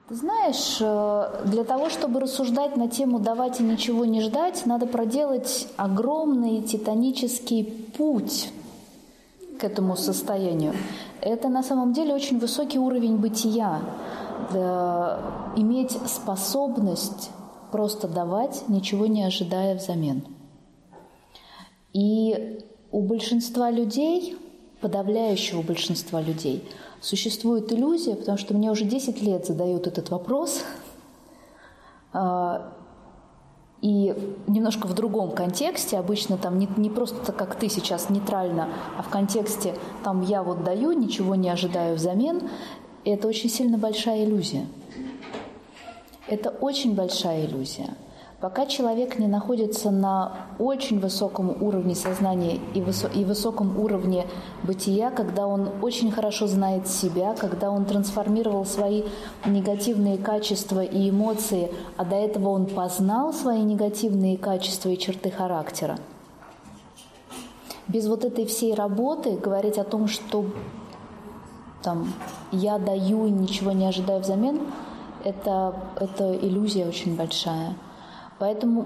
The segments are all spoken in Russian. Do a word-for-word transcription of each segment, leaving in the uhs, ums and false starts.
Ты знаешь, для того, чтобы рассуждать на тему «давать и ничего не ждать», надо проделать огромный титанический путь к этому состоянию. Это на самом деле очень высокий уровень бытия. Да, иметь способность просто давать, ничего не ожидая взамен. И у большинства людей, подавляющего большинства людей, существует иллюзия, потому что мне уже десять лет задают этот вопрос, и немножко в другом контексте, обычно там не, не просто как ты сейчас нейтрально, а в контексте там я вот даю, ничего не ожидаю взамен. И это очень сильно большая иллюзия. Это очень большая иллюзия. Пока человек не находится на очень высоком уровне сознания и, высо- и высоком уровне бытия, когда он очень хорошо знает себя, когда он трансформировал свои негативные качества и эмоции, а до этого он познал свои негативные качества и черты характера. Без вот этой всей работы говорить о том, что там, я даю и ничего не ожидаю взамен, это, это иллюзия очень большая. Поэтому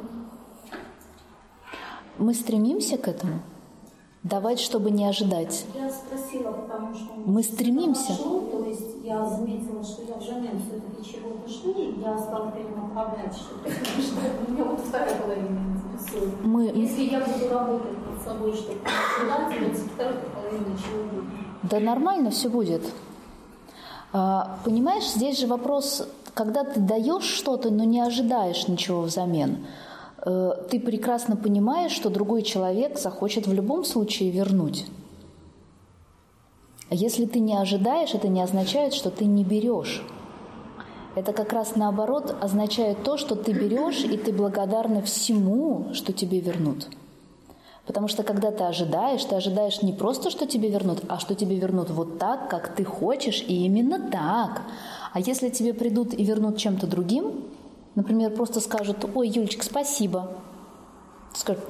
мы стремимся к этому, давать, чтобы не ожидать. Я спросила, потому что мы стремимся. Пошло, то есть я заметила, что я взамен все-таки чего-то жду, и я стала перенаправлять что-то. У меня вот вторая половина интересует. Мы... Если я буду работать над собой, чтобы ожидать, то вторая половина чего будет? Да нормально все будет. А, понимаешь, здесь же вопрос... Когда ты даешь что-то, но не ожидаешь ничего взамен, ты прекрасно понимаешь, что другой человек захочет в любом случае вернуть. А если ты не ожидаешь, это не означает, что ты не берешь. Это как раз наоборот означает то, что ты берешь, и ты благодарна всему, что тебе вернут. Потому что когда ты ожидаешь, ты ожидаешь не просто, что тебе вернут, а что тебе вернут вот так, как ты хочешь, и именно так. А если тебе придут и вернут чем-то другим, например, просто скажут: «Ой, Юлечка, спасибо». Ты скажешь: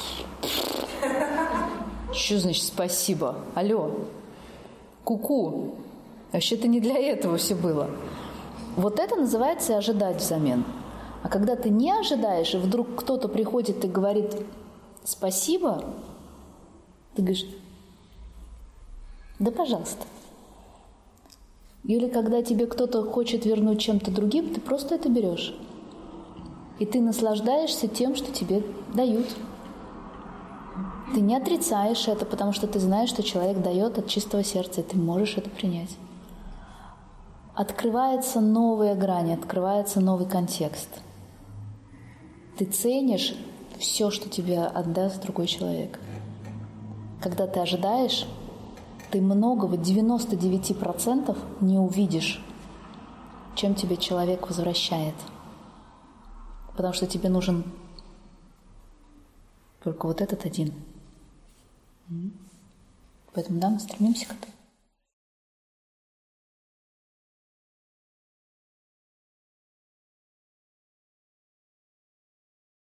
«Что значит спасибо? Алло, ку-ку, вообще-то не для этого все было». Вот это называется ожидать взамен. А когда ты не ожидаешь, и вдруг кто-то приходит и говорит «спасибо», ты говоришь: «Да, пожалуйста». Или когда тебе кто-то хочет вернуть чем-то другим, ты просто это берешь. И ты наслаждаешься тем, что тебе дают. Ты не отрицаешь это, потому что ты знаешь, что человек дает от чистого сердца, и ты можешь это принять. Открывается новая грань, открывается новый контекст. Ты ценишь все, что тебе отдаст другой человек. Когда ты ожидаешь, ты многого, девяносто девять процентов не увидишь, чем тебе человек возвращает. Потому что тебе нужен только вот этот один. Поэтому да, мы стремимся к этому.